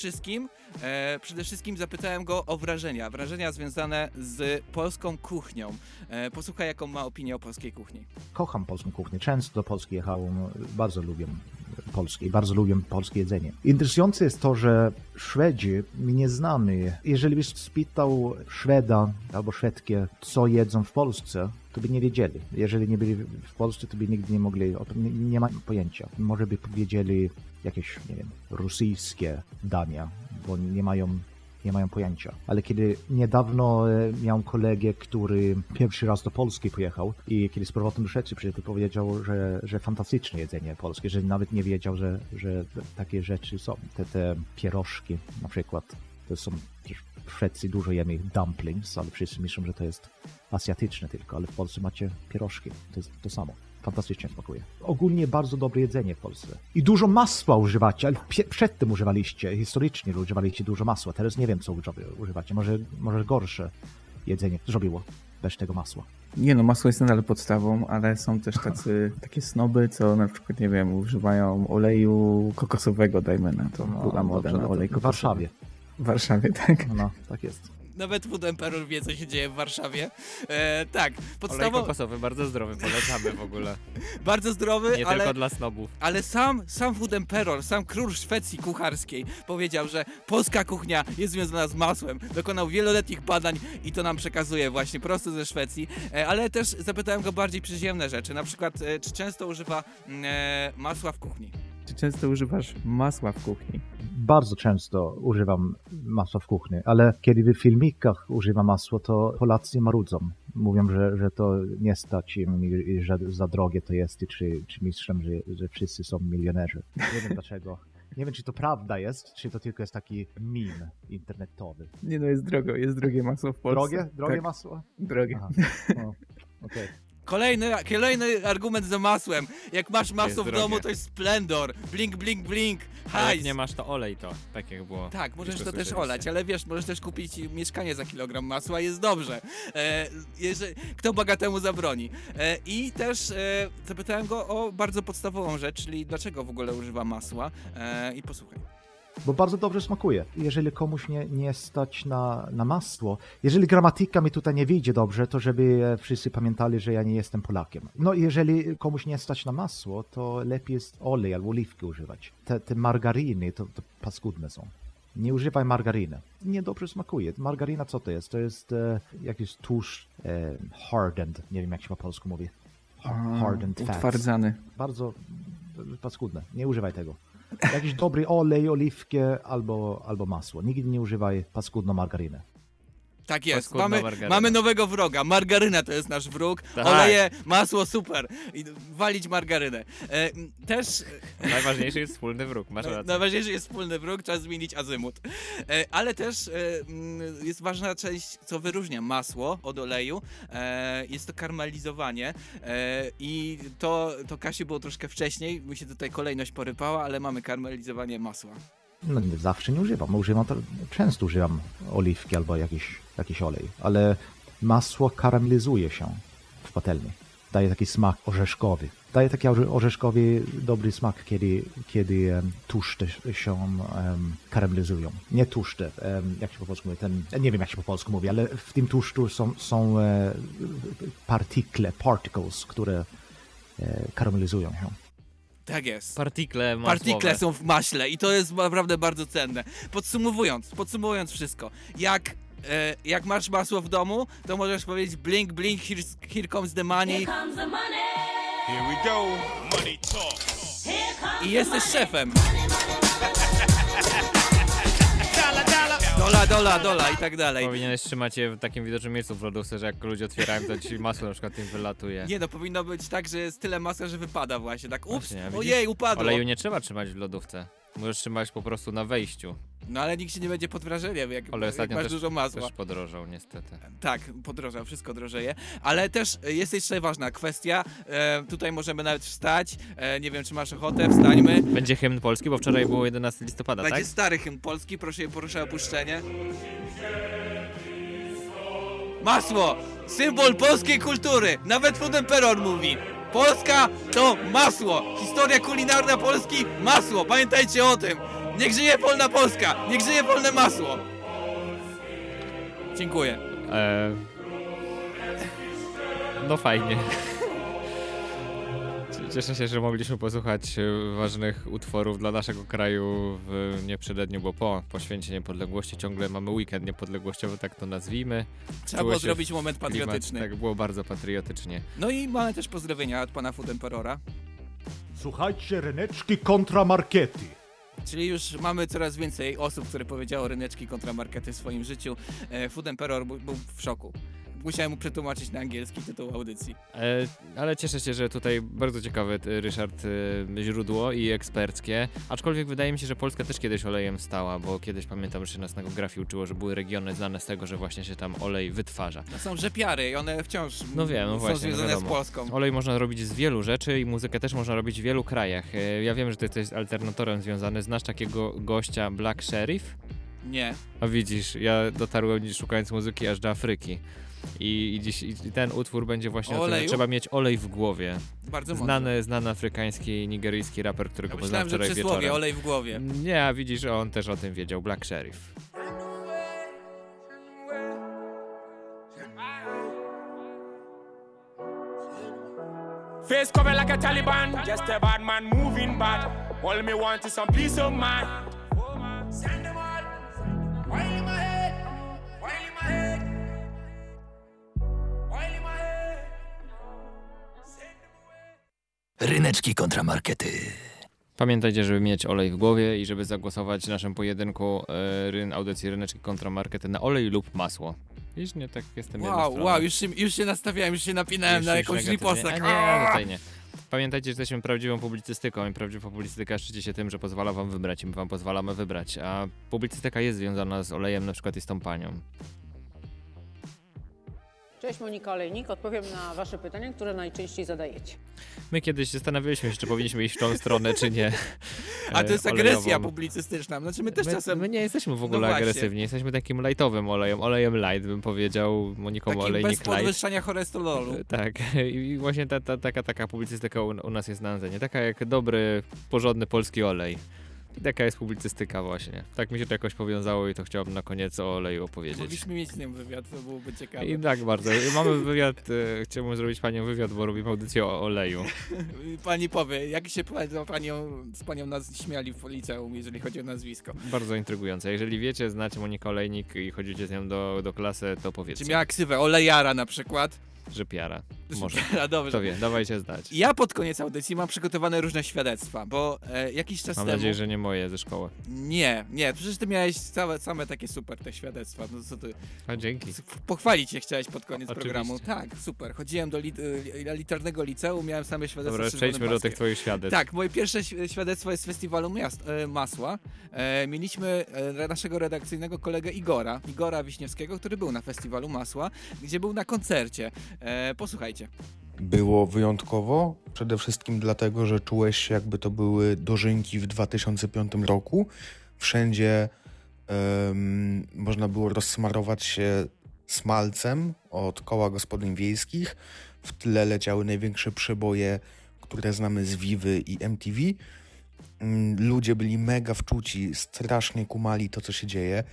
wszystkim zapytałem go o wrażenia związane z polską kuchnią. Posłuchaj, jaką ma opinię o polskiej kuchni. Kocham polską kuchnię. Często do Polski jechałem. Bardzo lubię polskie i bardzo lubię polskie jedzenie. Interesujące jest to, że Szwedzi mnie znamy. Jeżeli byś spytał Szweda albo Szwedkę, co jedzą w Polsce, to by nie wiedzieli. Jeżeli nie byli w Polsce, to by nigdy nie mogli, o tym nie ma pojęcia. Może by powiedzieli jakieś, nie wiem, rosyjskie dania, bo nie mają pojęcia. Ale kiedy niedawno miałem kolegę, który pierwszy raz do Polski pojechał i kiedy z powrotem do Szwecji przyjechał, to powiedział, że fantastyczne jedzenie polskie, że nawet nie wiedział, że takie rzeczy są. Te pierożki na przykład, to są w Szwecji dużo jemy dumplings, ale wszyscy myślą, że to jest azjatyczne tylko, ale w Polsce macie pierożki, to jest to samo. Fantastycznie smakuje. Ogólnie bardzo dobre jedzenie w Polsce. I dużo masła używacie, ale przedtem używaliście, historycznie używaliście dużo masła. Teraz nie wiem, co używacie. Może gorsze jedzenie zrobiło bez tego masła. Nie no, masło jest nadal podstawą, ale są też takie snoby, co na przykład, nie wiem, używają oleju kokosowego, dajmy na to. Była moda na olej kokosowy. W Warszawie, tak? No, tak jest. Nawet Food Emperor wie, co się dzieje w Warszawie. Tak, Olej kokosowy, bardzo zdrowy, polecamy w ogóle. Bardzo zdrowy, nie tylko dla snobów. Ale sam Food Emperor, sam król Szwecji kucharskiej powiedział, że polska kuchnia jest związana z masłem. Dokonał wieloletnich badań i to nam przekazuje właśnie prosto ze Szwecji. Ale też zapytałem go bardziej przyziemne rzeczy. Na przykład, czy często używa masła w kuchni? Czy często używasz masła w kuchni? Bardzo często używam masła w kuchni, ale kiedy w filmikach używam masła, to Polacy marudzą. Mówią, że to nie stać im i że za drogie to jest, czy mistrzem, że wszyscy są milionerzy. Nie wiem dlaczego. Nie wiem, czy to prawda jest, czy to tylko jest taki meme internetowy. Nie no, jest drogie masło w Polsce. Drogie tak. masło? Drogie. Okay. Kolejny argument za masłem. Jak masz masło w drogie. domu, to jest splendor. Blink, blink, blink. A Hajs. jak nie masz, to olej to. Tak jak było. Tak, możesz Już to też słyszeliście. olać, ale wiesz, możesz też kupić mieszkanie za kilogram masła, jest dobrze. Kto Boga temu zabroni? I też zapytałem go o bardzo podstawową rzecz, czyli dlaczego w ogóle używa masła. I posłuchaj. Bo bardzo dobrze smakuje. Jeżeli komuś nie stać na masło, jeżeli gramatyka mi tutaj nie wyjdzie dobrze, to żeby wszyscy pamiętali, że ja nie jestem Polakiem. No jeżeli komuś nie stać na masło, to lepiej jest olej albo oliwki używać. Te margaryny to paskudne są. Nie używaj margaryny. Niedobrze smakuje. Margaryna co to jest? To jest jakiś tłuszcz hardened. Nie wiem jak się po polsku mówi. Hardened fats. Utwardzany. Bardzo paskudne. Nie używaj tego. Jakiś dobry olej, oliwkę albo masło. Nigdy nie używaj paskudno margaryny. Tak jest, Paskudna margaryna. mamy nowego wroga. Margaryna to jest nasz wróg. Tak. Oleje, masło, super. I walić margarynę. Też... Najważniejszy jest wspólny wróg, masz rację. Najważniejszy jest wspólny wróg, trzeba zmienić azymut. Ale też jest ważna część, co wyróżnia masło od oleju. Jest to karmelizowanie. I to Kasi było troszkę wcześniej. Mi się tutaj kolejność porypała, ale mamy karmelizowanie masła. No, zawsze nie używam. Często używam oliwki albo jakiś olej, ale masło karamelizuje się w patelni. Daje taki smak orzeszkowy. Daje taki orzeszkowy, dobry smak, kiedy tłuszcze się karamelizują. Nie tłuszcze, jak się po polsku mówi, nie wiem jak się po polsku mówi, ale w tym tłuszczu są particles, które karamelizują się. Tak jest. Partikle masłowe. Partikle są w maśle i to jest naprawdę bardzo cenne. Podsumowując wszystko, jak masz masło w domu, to możesz powiedzieć blink, blink, here comes the money. Here we go. Money talk. I jesteś szefem. Dola i tak dalej. Powinieneś trzymać je w takim widocznym miejscu w lodówce, że jak ludzie otwierają, to ci masło na przykład im wylatuje. Nie no, powinno być tak, że jest tyle masła, że wypada właśnie. Tak, ups, Właśnie, ojej, upadło. Oleju nie trzeba trzymać w lodówce. Możesz trzymać po prostu na wejściu. No ale nikt się nie będzie pod wrażeniem, jak masz dużo masła. Też podrożał niestety. Tak, podrożał, wszystko drożeje. Ale też jest jeszcze ważna kwestia. Tutaj możemy nawet wstać. Nie wiem, czy masz ochotę, wstańmy. Będzie hymn polski, bo wczoraj było 11 listopada, Będzie tak? stary hymn polski, proszę o opuszczenie. Masło! Symbol polskiej kultury! Nawet Food Emperor mówi. Polska to masło! Historia kulinarna Polski, masło! Pamiętajcie o tym! Niech żyje wolna Polska! Niech żyje wolne masło! Dziękuję. No fajnie. Cieszę się, że mogliśmy posłuchać ważnych utworów dla naszego kraju w nie przededniu, bo po święcie niepodległości ciągle mamy weekend niepodległościowy, tak to nazwijmy. Trzeba było zrobić moment patriotyczny. Tak, było bardzo patriotycznie. No i mamy też pozdrowienia od pana Food Emperora. Słuchajcie, ryneczki kontra markety. Czyli już mamy coraz więcej osób, które powiedziało ryneczki kontra markety w swoim życiu. Food Emperor był w szoku. Musiałem mu przetłumaczyć na angielski tytuł audycji. Ale cieszę się, że tutaj bardzo ciekawe, Ryszard, źródło i eksperckie. Aczkolwiek wydaje mi się, że Polska też kiedyś olejem stała, bo kiedyś pamiętam, że nas na geografii uczyło, że były regiony znane z tego, że właśnie się tam olej wytwarza. To są rzepiary i one wciąż są związane z Polską. Olej można robić z wielu rzeczy i muzykę też można robić w wielu krajach. Ja wiem, że ty jesteś alternatorem związany. Znasz takiego gościa Black Sherif? Nie. A widzisz, ja dotarłem szukając muzyki aż do Afryki. I ten utwór będzie właśnie o tym, że trzeba mieć olej w głowie. Bardzo znany afrykański, nigeryjski raper, którego poznałem wczoraj wieczorem. Myślałem, że przysłowie, olej w głowie. Nie, a widzisz, on też o tym wiedział, Black Sherif. Face covered like a Taliban, just a bad man moving bad. All me want is some peace of mind. Send them all, while in my head, while in my head, while in my head. Ryneczki kontra markety. Pamiętajcie, żeby mieć olej w głowie i żeby zagłosować w naszym pojedynku audycji Ryneczki kontra markety na olej lub masło. Widzisz, nie tak jestem jednostronny. Wow, już się nastawiałem, już się napinałem na jakąś ripostę. Nie, tutaj nie. Pamiętajcie, że jesteśmy prawdziwą publicystyką i prawdziwa publicystyka szczyci się tym, że pozwala wam wybrać i my wam pozwalamy wybrać, a publicystyka jest związana z olejem na przykład i z tą panią. Cześć, Monika Olejnik. Odpowiem na wasze pytania, które najczęściej zadajecie. My kiedyś zastanawialiśmy się, czy powinniśmy iść w tą stronę, czy nie. A to jest olejową. agresja publicystyczna. Znaczy my też czasem... My nie jesteśmy w ogóle agresywni, jesteśmy takim lightowym olejem light, bym powiedział, Moniką Takim Olejnik bez light. podwyższania cholesterolu. Tak, i właśnie taka publicystyka u nas jest na antenie, taka jak dobry, porządny polski olej. I taka jest publicystyka właśnie. Tak mi się to jakoś powiązało i to chciałbym na koniec o oleju opowiedzieć. Mogliśmy mieć z nim wywiad, to byłoby ciekawe. I tak bardzo. Mamy wywiad, chciałbym zrobić panią wywiad, bo robimy audycję o oleju. Pani powie, jak się z panią nas śmiali w liceum, jeżeli chodzi o nazwisko. Bardzo intrygujące. Jeżeli wiecie, znacie Monikę Olejnik i chodzicie z nią do klasy, to powiedzcie. Czy miała ksywę olejara na przykład? Żypiara. Może. Dobrze. Kto wie, dawajcie znać. Ja pod koniec audycji mam przygotowane różne świadectwa, bo jakiś czas Mam temu... nadzieję, że nie moje ze szkoły. Nie, przecież ty miałeś same takie super te świadectwa. No co ty... A dzięki. Pochwalić się chciałeś pod koniec Oczywiście. programu. Tak, super. Chodziłem do elitarnego liceum, miałem same świadectwa. Dobra, przejdźmy do tych twoich świadectw. Tak, moje pierwsze świadectwo jest z festiwalu Masła. Mieliśmy naszego redakcyjnego kolegę Igora Wiśniewskiego, który był na festiwalu Masła, gdzie był na koncercie. Posłuchajcie. Było wyjątkowo, przede wszystkim dlatego, że czułeś się, jakby to były dożynki w 2005 roku. Wszędzie można było rozsmarować się smalcem od koła gospodyń wiejskich. W tle leciały największe przeboje, które znamy z Vivy i MTV. Ludzie byli mega wczuci, strasznie kumali to, co się dzieje.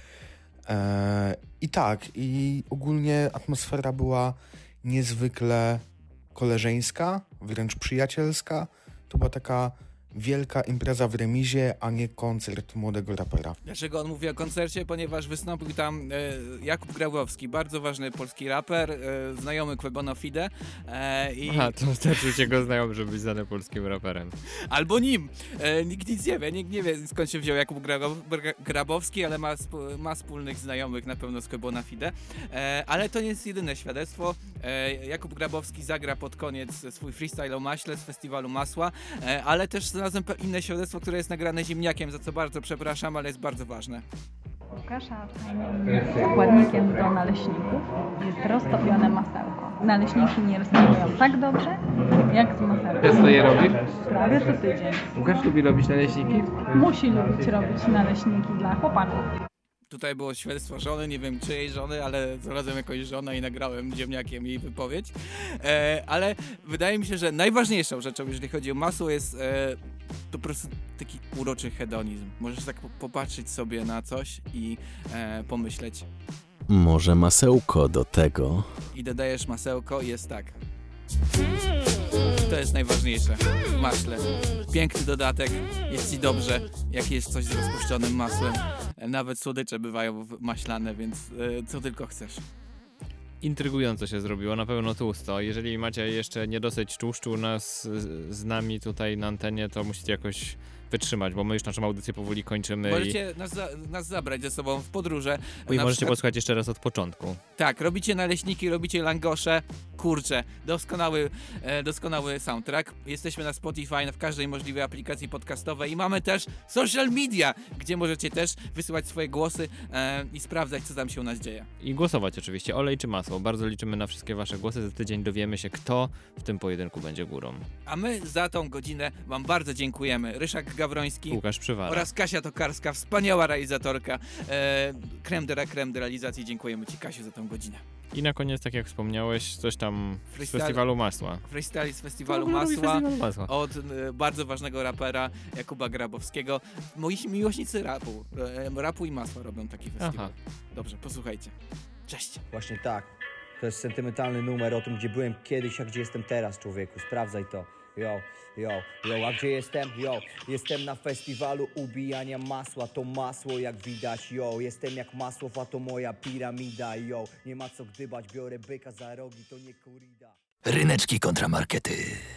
I ogólnie atmosfera była niezwykle koleżeńska, wręcz przyjacielska. To była taka wielka impreza w remizie, a nie koncert młodego rapera. Dlaczego on mówi o koncercie? Ponieważ wystąpił tam Jakub Grabowski, bardzo ważny polski raper, znajomy Quebona Fide. Aha, to znaczy go znajomy, żeby być znany polskim raperem. Albo nim. Nikt nic nie wie. Nikt nie wie, skąd się wziął Jakub Grabowski, ale ma wspólnych znajomych na pewno z Quebona Fide. Ale to nie jest jedyne świadectwo. Jakub Grabowski zagra pod koniec swój freestyle o maśle z festiwalu Masła, ale też znalazłem inne świadectwo, które jest nagrane ziemniakiem, za co bardzo przepraszam, ale jest bardzo ważne. Łukasza fajnym składnikiem do naleśników jest roztopione masełko. Naleśniki nie roztopują tak dobrze, jak z masełkiem. Często je robisz? Prawie co tydzień. Łukasz lubi robić naleśniki? Musi lubić robić naleśniki dla chłopaków. Tutaj było świadectwo żony, nie wiem czyjej żony, ale znalazłem jakąś żonę i nagrałem ziemniakiem jej wypowiedź. Ale wydaje mi się, że najważniejszą rzeczą, jeżeli chodzi o masło, jest to po prostu taki uroczy hedonizm. Możesz tak popatrzeć sobie na coś i pomyśleć. Może masełko do tego. I dodajesz masełko i jest tak. To jest najważniejsze w maśle. Piękny dodatek, jest ci dobrze, jak jest coś z rozpuszczonym masłem. Nawet słodycze bywają maślane, więc co tylko chcesz. Intrygująco się zrobiło, na pewno tłusto. Jeżeli macie jeszcze niedosyć tłuszczu z nami tutaj na antenie, to musicie jakoś wytrzymać, bo my już naszą audycję powoli kończymy. Możecie nas zabrać ze sobą w podróże. I możecie posłuchać jeszcze raz od początku. Tak, robicie naleśniki, robicie langosze. Kurczę, doskonały soundtrack. Jesteśmy na Spotify, w każdej możliwej aplikacji podcastowej i mamy też social media, gdzie możecie też wysyłać swoje głosy i sprawdzać, co tam się u nas dzieje. I głosować oczywiście, olej czy masło. Bardzo liczymy na wszystkie wasze głosy. Za tydzień dowiemy się, kto w tym pojedynku będzie górą. A my za tą godzinę wam bardzo dziękujemy. Ryszard Gawroński, Łukasz Przywara oraz Kasia Tokarska, wspaniała realizatorka. Creme de realizacji. Dziękujemy ci, Kasiu, za tą godzinę. I na koniec, tak jak wspomniałeś, coś tam z Festiwalu Masła. Freestyle z Festiwalu Masła od bardzo ważnego rapera Jakuba Grabowskiego. Moi miłośnicy rapu i masła robią taki festiwal. Aha. Dobrze, posłuchajcie. Cześć. Właśnie tak. To jest sentymentalny numer o tym, gdzie byłem kiedyś, a gdzie jestem teraz, człowieku. Sprawdzaj to. A gdzie jestem? Jestem na festiwalu ubijania masła. To masło jak widać, jestem jak masło, a to moja piramida, nie ma co gdybać, biorę byka za rogi, to nie korida. Ryneczki kontramarkety.